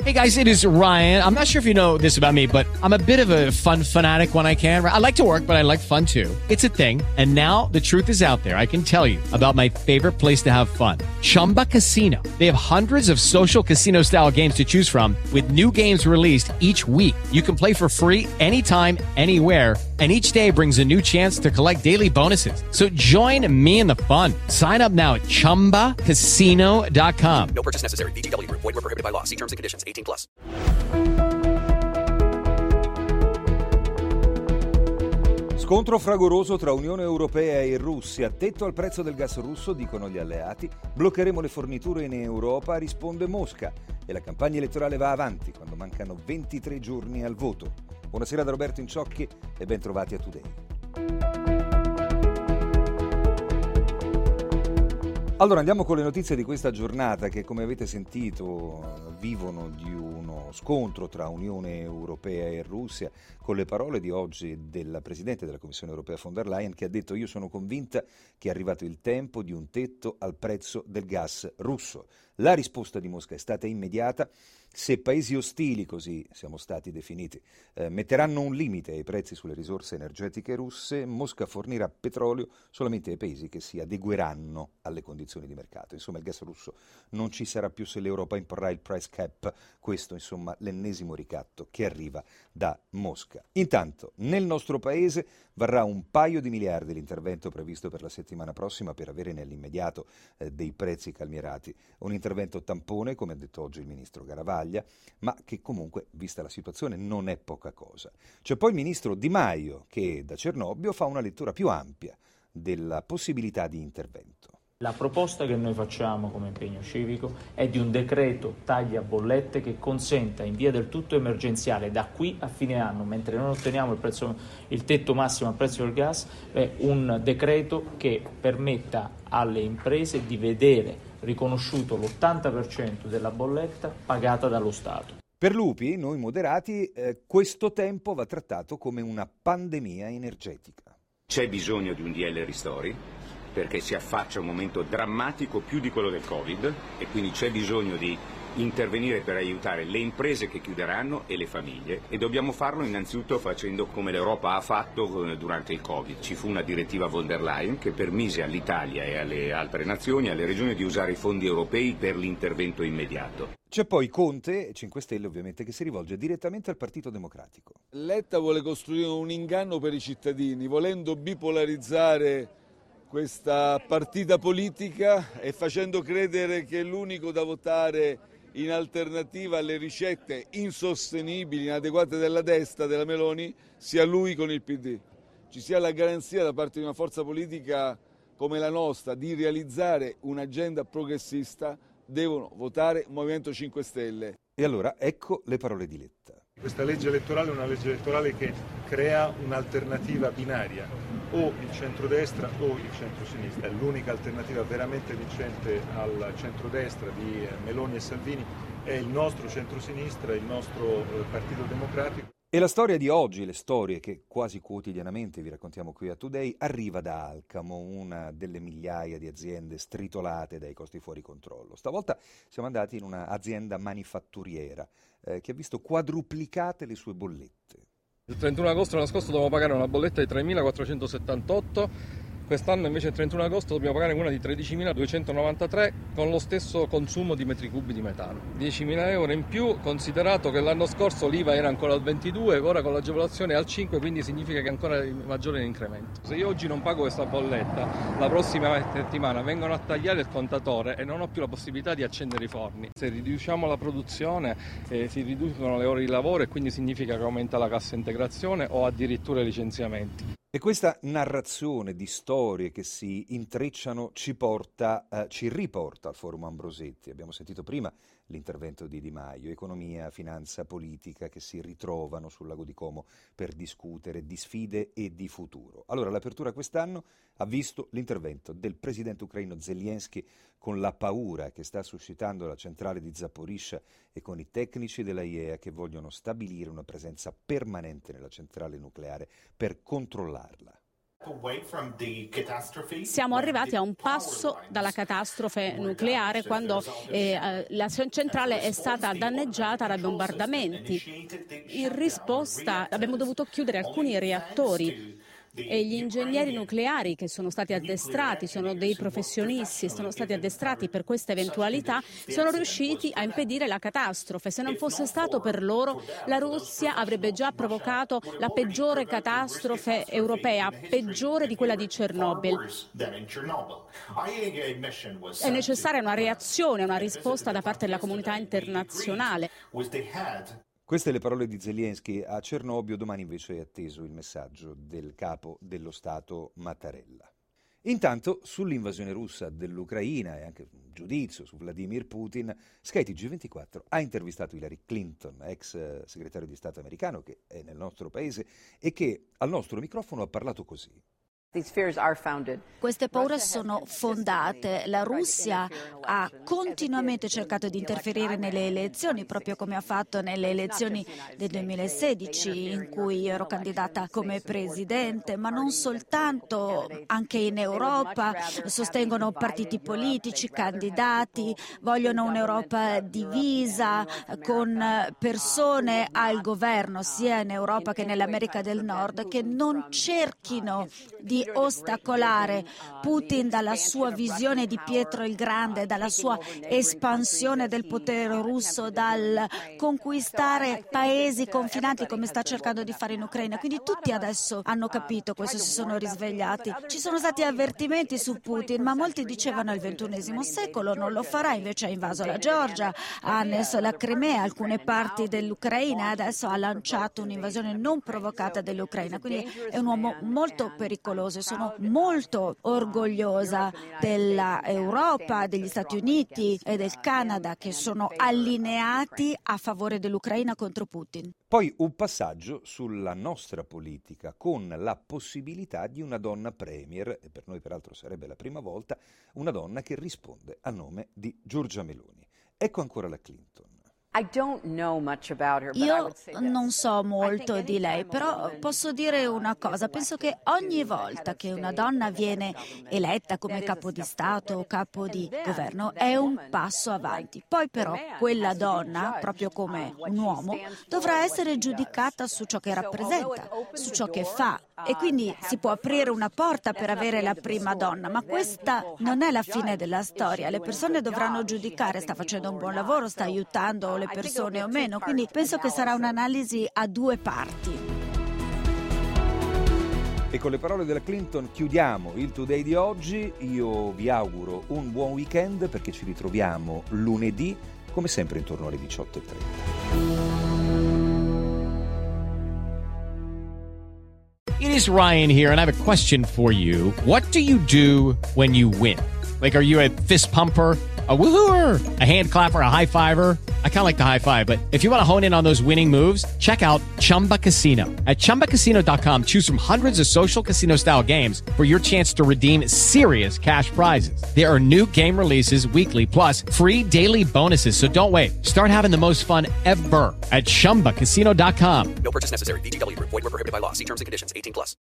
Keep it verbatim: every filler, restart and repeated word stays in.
Hey guys, it is Ryan. I'm not sure if you know this about me, but I'm a bit of a fun fanatic when I can. I like to work, but I like fun too. It's a thing. And now the truth is out there. I can tell you about my favorite place to have fun. Chumba Casino. They have hundreds of social casino style games to choose from with new games released each week. You can play for free anytime, anywhere. And each day brings a new chance to collect daily bonuses. So join me in the fun. Sign up now at chumba casino dot com. No purchase necessary. V G W. Void where prohibited by law. See terms and conditions. eighteen plus. Scontro fragoroso tra Unione Europea e Russia. Tetto al prezzo del gas russo, dicono gli alleati. Bloccheremo le forniture in Europa, risponde Mosca. E la campagna elettorale va avanti quando mancano ventitré giorni al voto. Buonasera da Roberto Inciocchi e ben trovati a Today. Allora andiamo con le notizie di questa giornata che, come avete sentito, vivono di uno scontro tra Unione Europea e Russia, con le parole di oggi della Presidente della Commissione Europea von der Leyen, che ha detto: io sono convinta che è arrivato il tempo di un tetto al prezzo del gas russo. La risposta di Mosca è stata immediata. Se paesi ostili, così siamo stati definiti, eh, metteranno un limite ai prezzi sulle risorse energetiche russe, Mosca fornirà petrolio solamente ai paesi che si adegueranno alle condizioni di mercato. Insomma, il gas russo non ci sarà più se l'Europa imporrà il price cap. Questo, insomma, l'ennesimo ricatto che arriva da Mosca. Intanto, nel nostro paese varrà un paio di miliardi l'intervento previsto per la settimana prossima per avere nell'immediato eh, dei prezzi calmierati. Un intervento tampone, come ha detto oggi il ministro Garavaglia, ma che comunque, vista la situazione, non è poca cosa. C'è poi il ministro Di Maio che da Cernobbio fa una lettura più ampia della possibilità di intervento. La proposta che noi facciamo come impegno civico è di un decreto taglia bollette che consenta in via del tutto emergenziale da qui a fine anno, mentre non otteniamo il, prezzo, il tetto massimo al prezzo del gas, è un decreto che permetta alle imprese di vedere riconosciuto l'ottanta per cento della bolletta pagata dallo Stato. Per Lupi, noi moderati, eh, questo tempo va trattato come una pandemia energetica. C'è bisogno di un D L Ristori perché si affaccia un momento drammatico più di quello del Covid e quindi c'è bisogno di intervenire per aiutare le imprese che chiuderanno e le famiglie, e dobbiamo farlo innanzitutto facendo come l'Europa ha fatto durante il Covid. Ci fu una direttiva von der Leyen che permise all'Italia e alle altre nazioni, alle regioni, di usare i fondi europei per l'intervento immediato. C'è poi Conte, cinque Stelle ovviamente, che si rivolge direttamente al Partito Democratico. Letta vuole costruire un inganno per i cittadini, volendo bipolarizzare questa partita politica e facendo credere che l'unico da votare in alternativa alle ricette insostenibili, inadeguate della destra, della Meloni, sia lui con il P D. Ci sia la garanzia da parte di una forza politica come la nostra di realizzare un'agenda progressista, devono votare Movimento cinque Stelle. E allora ecco le parole di Letta. Questa legge elettorale è una legge elettorale che crea un'alternativa binaria, o il centrodestra o il centrosinistra. È l'unica alternativa veramente vincente al centrodestra di Meloni e Salvini, è il nostro centrosinistra, il nostro Partito Democratico. E la storia di oggi, le storie che quasi quotidianamente vi raccontiamo qui a Today, arriva da Alcamo, una delle migliaia di aziende stritolate dai costi fuori controllo. Stavolta siamo andati in un'azienda manifatturiera eh, che ha visto quadruplicate le sue bollette. Il trentuno agosto l'anno scorso dovevamo pagare una bolletta di tremilaquattrocentosettantotto, quest'anno invece il trentuno agosto dobbiamo pagare una di tredicimiladuecentonovantatré con lo stesso consumo di metri cubi di metano. diecimila euro in più, considerato che l'anno scorso l'I V A era ancora al ventidue, ora con l'agevolazione è al cinque, quindi significa che è ancora maggiore l'incremento. Se io oggi non pago questa bolletta, la prossima settimana vengono a tagliare il contatore e non ho più la possibilità di accendere i forni. Se riduciamo la produzione eh, si riducono le ore di lavoro e quindi significa che aumenta la cassa integrazione o addirittura i licenziamenti. E questa narrazione di storie che si intrecciano ci porta, eh, ci riporta al Forum Ambrosetti. Abbiamo sentito prima l'intervento di Di Maio, economia, finanza, politica che si ritrovano sul lago di Como per discutere di sfide e di futuro. Allora, l'apertura quest'anno ha visto l'intervento del presidente ucraino Zelensky con la paura che sta suscitando la centrale di Zaporizhzhia e con i tecnici della I E A che vogliono stabilire una presenza permanente nella centrale nucleare per controllarla. Siamo arrivati a un passo dalla catastrofe nucleare quando eh, la centrale è stata danneggiata dai bombardamenti. In risposta abbiamo dovuto chiudere alcuni reattori. E gli ingegneri nucleari che sono stati addestrati, sono dei professionisti, sono stati addestrati per questa eventualità, sono riusciti a impedire la catastrofe. Se non fosse stato per loro, la Russia avrebbe già provocato la peggiore catastrofe europea, peggiore di quella di Chernobyl. È necessaria una reazione, una risposta da parte della comunità internazionale. Queste le parole di Zelensky a Cernobbio. Domani invece è atteso il messaggio del capo dello Stato Mattarella. Intanto, sull'invasione russa dell'Ucraina e anche un giudizio su Vladimir Putin, Sky T G ventiquattro ha intervistato Hillary Clinton, ex segretario di Stato americano che è nel nostro paese e che al nostro microfono ha parlato così. Queste paure sono fondate. La Russia ha continuamente cercato di interferire nelle elezioni, proprio come ha fatto nelle elezioni del duemilasedici, in cui io ero candidata come presidente, ma non soltanto, anche in Europa sostengono partiti politici, candidati, vogliono un'Europa divisa con persone al governo, sia in Europa che nell'America del Nord, che non cerchino di ostacolare Putin dalla sua visione di Pietro il Grande, dalla sua espansione del potere russo, dal conquistare paesi confinanti come sta cercando di fare in Ucraina. Quindi tutti adesso hanno capito questo, si sono risvegliati. Ci sono stati avvertimenti su Putin, ma molti dicevano al ventunesimo secolo non lo farà, invece ha invaso la Georgia, ha annesso la Crimea, alcune parti dell'Ucraina e adesso ha lanciato un'invasione non provocata dell'Ucraina. Quindi è un uomo molto pericoloso. Sono molto orgogliosa dell'Europa, degli Stati Uniti e del Canada che sono allineati a favore dell'Ucraina contro Putin. Poi un passaggio sulla nostra politica con la possibilità di una donna premier, e per noi peraltro sarebbe la prima volta, una donna che risponde a nome di Giorgia Meloni. Ecco ancora la Clinton. Io non so molto di lei, però posso dire una cosa. Penso che ogni volta che una donna viene eletta come capo di Stato o capo di governo è un passo avanti. Poi però quella donna, proprio come un uomo, dovrà essere giudicata su ciò che rappresenta, su ciò che fa. E quindi si può aprire una porta per avere la prima donna, ma questa non è la fine della storia. Le persone dovranno giudicare, sta facendo un buon lavoro, sta aiutando le persone o meno, quindi penso che sarà un'analisi a due parti. E con le parole della Clinton chiudiamo il Today di oggi. Io vi auguro un buon weekend perché ci ritroviamo lunedì come sempre intorno alle diciotto e trenta. It is Ryan here, and I have a question for you. What do you do when you win? Like, are you a fist pumper, a woohooer, a hand clapper, a high fiver? I kind of like the high five, but if you want to hone in on those winning moves, check out Chumba Casino. At chumba casino dot com, choose from hundreds of social casino style games for your chance to redeem serious cash prizes. There are new game releases weekly, plus free daily bonuses. So don't wait. Start having the most fun ever at chumba casino dot com. No purchase necessary. V G W Group. Void where prohibited by law. See terms and conditions. eighteen plus.